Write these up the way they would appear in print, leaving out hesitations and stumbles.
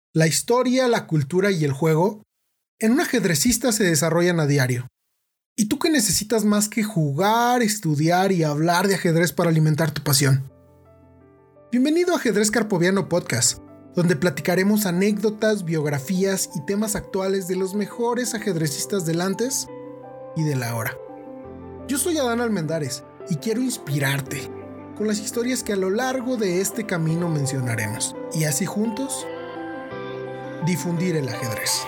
La historia, la cultura y el juego en un ajedrecista se desarrollan a diario. ¿Y tú qué necesitas más que jugar, estudiar y hablar de ajedrez para alimentar tu pasión? Bienvenido a Ajedrez Karpoviano Podcast, donde platicaremos anécdotas, biografías y temas actuales de los mejores ajedrecistas del antes y del ahora. Yo soy Adán Almendares y quiero inspirarte con las historias que a lo largo de este camino mencionaremos, y así juntos difundir el ajedrez.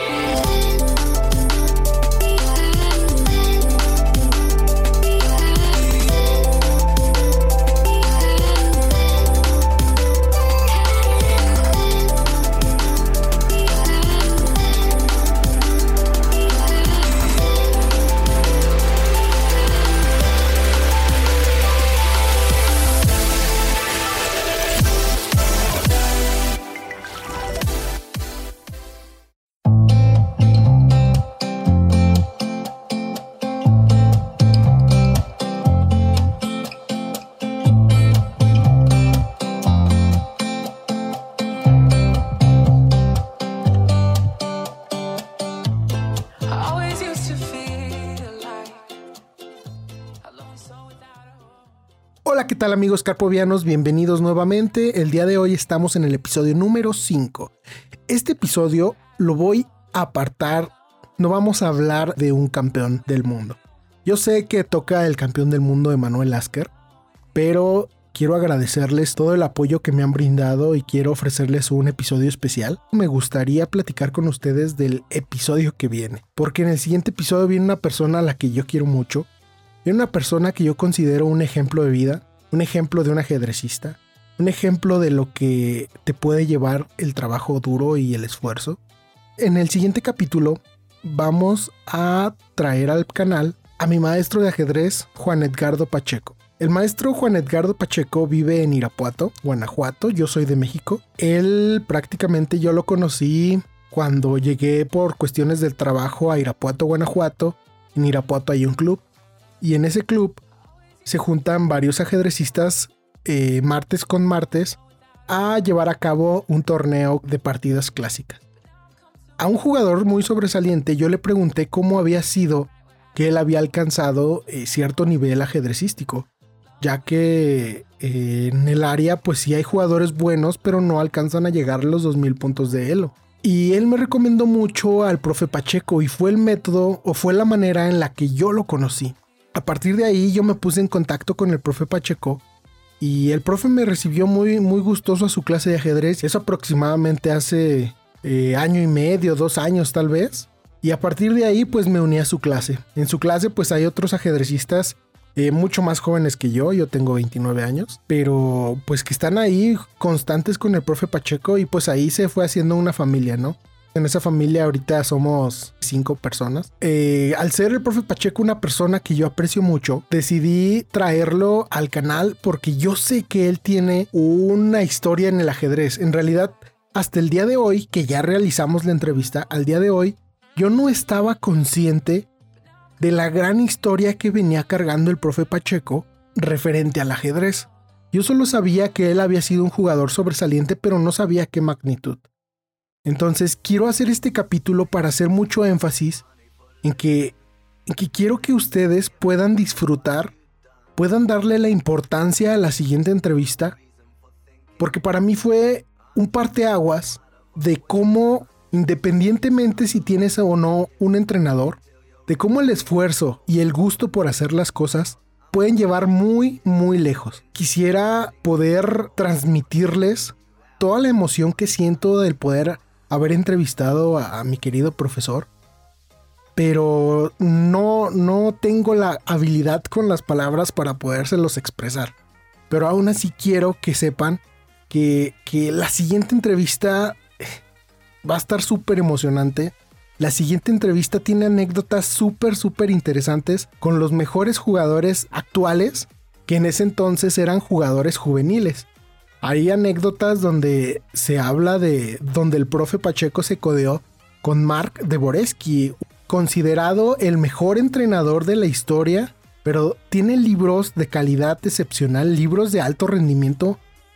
Hola, ¿qué tal amigos karpovianos? Bienvenidos nuevamente. El día de hoy estamos en el episodio número 5. Este episodio lo voy a apartar, no vamos a hablar de un campeón del mundo. Yo sé que toca el campeón del mundo Emanuel Lasker, pero quiero agradecerles todo el apoyo que me han brindado y quiero ofrecerles un episodio especial. Me gustaría platicar con ustedes del episodio que viene, porque en el siguiente episodio viene una persona a la que yo quiero mucho. Es una persona que yo considero un ejemplo de vida, un ejemplo de un ajedrecista, un ejemplo de lo que te puede llevar el trabajo duro y el esfuerzo. En el siguiente capítulo vamos a traer al canal a mi maestro de ajedrez, Juan Edgardo Pacheco. El maestro Juan Edgardo Pacheco vive en Irapuato, Guanajuato. Yo soy de México. Él prácticamente yo lo conocí cuando llegué por cuestiones del trabajo a Irapuato, Guanajuato. En Irapuato hay un club. Y en ese club se juntan varios ajedrecistas martes con martes a llevar a cabo un torneo de partidas clásicas. A un jugador muy sobresaliente yo le pregunté cómo había sido que él había alcanzado cierto nivel ajedrecístico, ya que en el área pues sí hay jugadores buenos, pero no alcanzan a llegar a los 2000 puntos de Elo. Y él me recomendó mucho al profe Pacheco y fue el método o fue la manera en la que yo lo conocí. A partir de ahí yo me puse en contacto con el profe Pacheco y el profe me recibió muy gustoso a su clase de ajedrez. Eso aproximadamente hace año y medio, 2 años tal vez. Y a partir de ahí pues me uní a su clase. En su clase pues hay otros ajedrecistas mucho más jóvenes que yo tengo 29 años, pero pues que están ahí constantes con el profe Pacheco y pues ahí se fue haciendo una familia, ¿no? En esa familia ahorita somos 5 personas. Al ser el profe Pacheco una persona que yo aprecio mucho, decidí traerlo al canal porque yo sé que él tiene una historia en el ajedrez. En realidad, hasta el día de hoy, que ya realizamos la entrevista, al día de hoy, yo no estaba consciente de la gran historia que venía cargando el profe Pacheco referente al ajedrez. Yo solo sabía que él había sido un jugador sobresaliente, pero no sabía qué magnitud. Entonces quiero hacer este capítulo para hacer mucho énfasis en que quiero que ustedes puedan disfrutar, puedan darle la importancia a la siguiente entrevista, porque para mí fue un parteaguas de cómo, independientemente si tienes o no un entrenador, de cómo el esfuerzo y el gusto por hacer las cosas pueden llevar muy lejos. Quisiera poder transmitirles toda la emoción que siento del poder haber entrevistado a mi querido profesor, pero no tengo la habilidad con las palabras para podérselos expresar. Pero aún así quiero que sepan que la siguiente entrevista va a estar súper emocionante. La siguiente entrevista tiene anécdotas súper interesantes con los mejores jugadores actuales, que en ese entonces eran jugadores juveniles. Hay anécdotas donde se habla de donde el profe Pacheco se codeó con Mark Dvoretzky, considerado el mejor entrenador de la historia, pero tiene libros de calidad excepcional, libros de alto rendimiento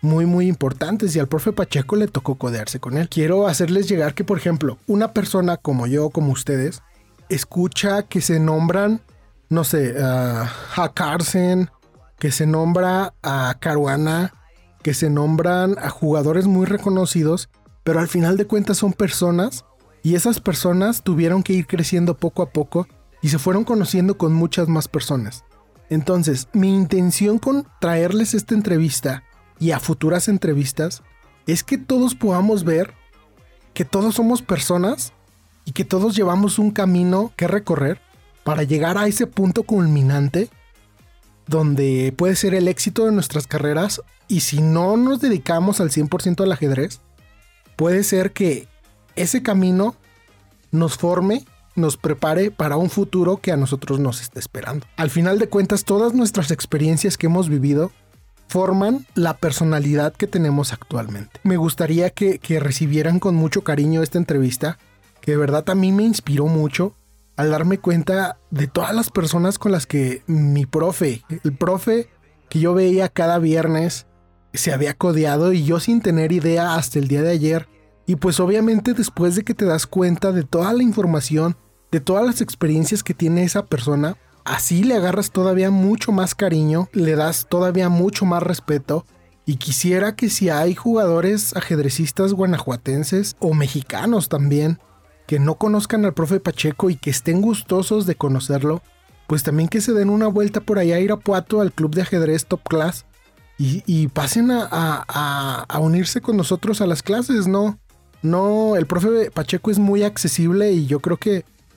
muy importantes y al profe Pacheco le tocó codearse con él. Quiero hacerles llegar que, por ejemplo, una persona como yo, como ustedes, escucha que se nombran, no sé, a Carson, que se nombra a Caruana, que se nombran a jugadores muy reconocidos, pero al final de cuentas son personas y esas personas tuvieron que ir creciendo poco a poco y se fueron conociendo con muchas más personas. Entonces, mi intención con traerles esta entrevista y a futuras entrevistas es que todos podamos ver que todos somos personas y que todos llevamos un camino que recorrer para llegar a ese punto culminante donde puede ser el éxito de nuestras carreras, y si no nos dedicamos al 100% al ajedrez, puede ser que ese camino nos forme, nos prepare para un futuro que a nosotros nos está esperando. Al final de cuentas, todas nuestras experiencias que hemos vivido forman la personalidad que tenemos actualmente. Me gustaría que recibieran con mucho cariño esta entrevista, que de verdad a mí me inspiró mucho al darme cuenta de todas las personas con las que mi profe, el profe que yo veía cada viernes, se había codeado, y yo sin tener idea hasta el día de ayer. Y pues obviamente después de que te das cuenta de toda la información, de todas las experiencias que tiene esa persona, así le agarras todavía mucho más cariño, le das todavía mucho más respeto. Y quisiera que si hay jugadores ajedrecistas guanajuatenses o mexicanos también que no conozcan al profe Pacheco y que estén gustosos de conocerlo, pues también que se den una vuelta por allá a Irapuato al club de ajedrez Top Class y pasen a unirse con nosotros a las clases. No, el profe Pacheco es muy accesible y yo creo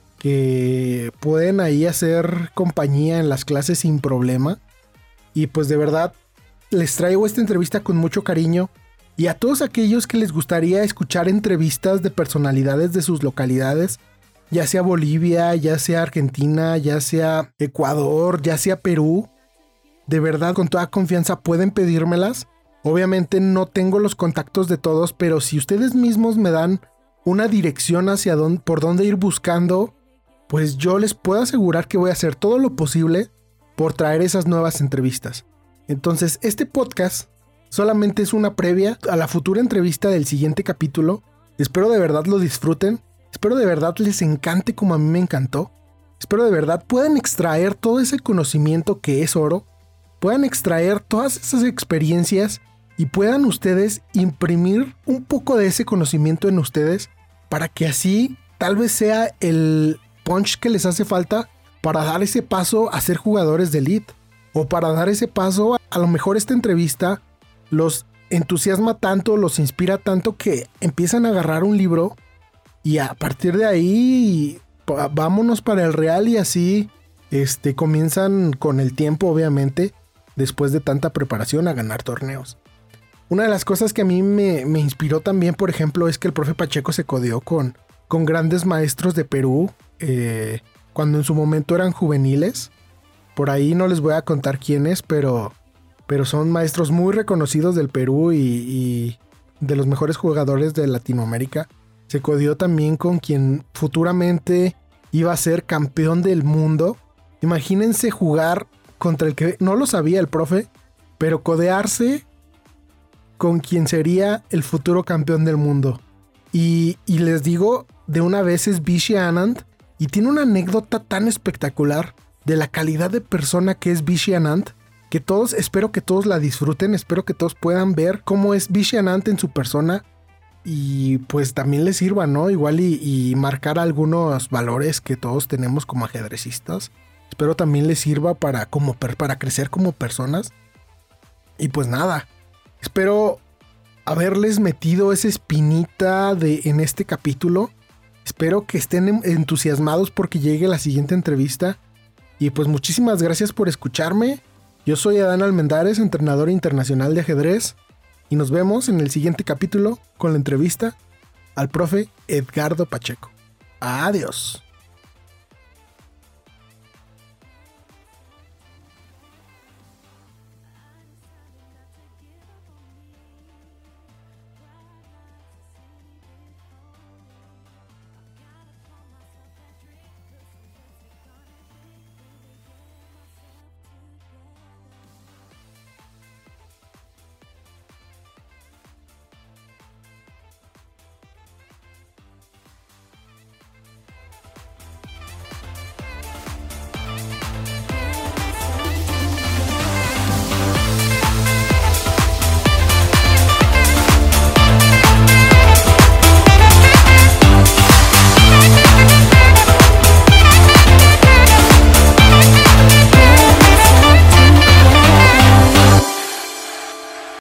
que pueden ahí hacer compañía en las clases sin problema. Y pues de verdad les traigo esta entrevista con mucho cariño. Y a todos aquellos que les gustaría escuchar entrevistas de personalidades de sus localidades, ya sea Bolivia, ya sea Argentina, ya sea Ecuador, ya sea Perú, de verdad con toda confianza pueden pedírmelas. Obviamente no tengo los contactos de todos, pero si ustedes mismos me dan una dirección hacia por dónde ir buscando, pues yo les puedo asegurar que voy a hacer todo lo posible por traer esas nuevas entrevistas. Entonces, este podcast solamente es una previa a la futura entrevista del siguiente capítulo. Espero de verdad lo disfruten. Espero de verdad les encante como a mí me encantó. Espero de verdad puedan extraer todo ese conocimiento que es oro. Puedan extraer todas esas experiencias y puedan ustedes imprimir un poco de ese conocimiento en ustedes para que así tal vez sea el punch que les hace falta para dar ese paso a ser jugadores de elite. O para dar ese paso, a lo mejor esta entrevista los entusiasma tanto, los inspira tanto que empiezan a agarrar un libro y a partir de ahí vámonos para el real, y así comienzan con el tiempo, obviamente, después de tanta preparación, a ganar torneos. Una de las cosas que a mí me inspiró también, por ejemplo, es que el profe Pacheco se codeó con grandes maestros de Perú cuando en su momento eran juveniles. Por ahí no les voy a contar quiénes, pero son maestros muy reconocidos del Perú y de los mejores jugadores de Latinoamérica. Se codeó también con quien futuramente iba a ser campeón del mundo. Imagínense jugar contra el que no lo sabía el profe, pero codearse con quien sería el futuro campeón del mundo. Y les digo, de una vez es Vishy Anand, y tiene una anécdota tan espectacular de la calidad de persona que es Vishy Anand, que espero que todos la disfruten, espero que todos puedan ver cómo es Vishy Anand en su persona y pues también les sirva, ¿no? Igual y marcar algunos valores que todos tenemos como ajedrecistas. Espero también les sirva para crecer como personas. Y pues nada, espero haberles metido esa espinita en este capítulo. Espero que estén entusiasmados porque llegue la siguiente entrevista. Y pues muchísimas gracias por escucharme. Yo soy Adán Almendares, entrenador internacional de ajedrez, y nos vemos en el siguiente capítulo con la entrevista al profe Edgardo Pacheco. Adiós.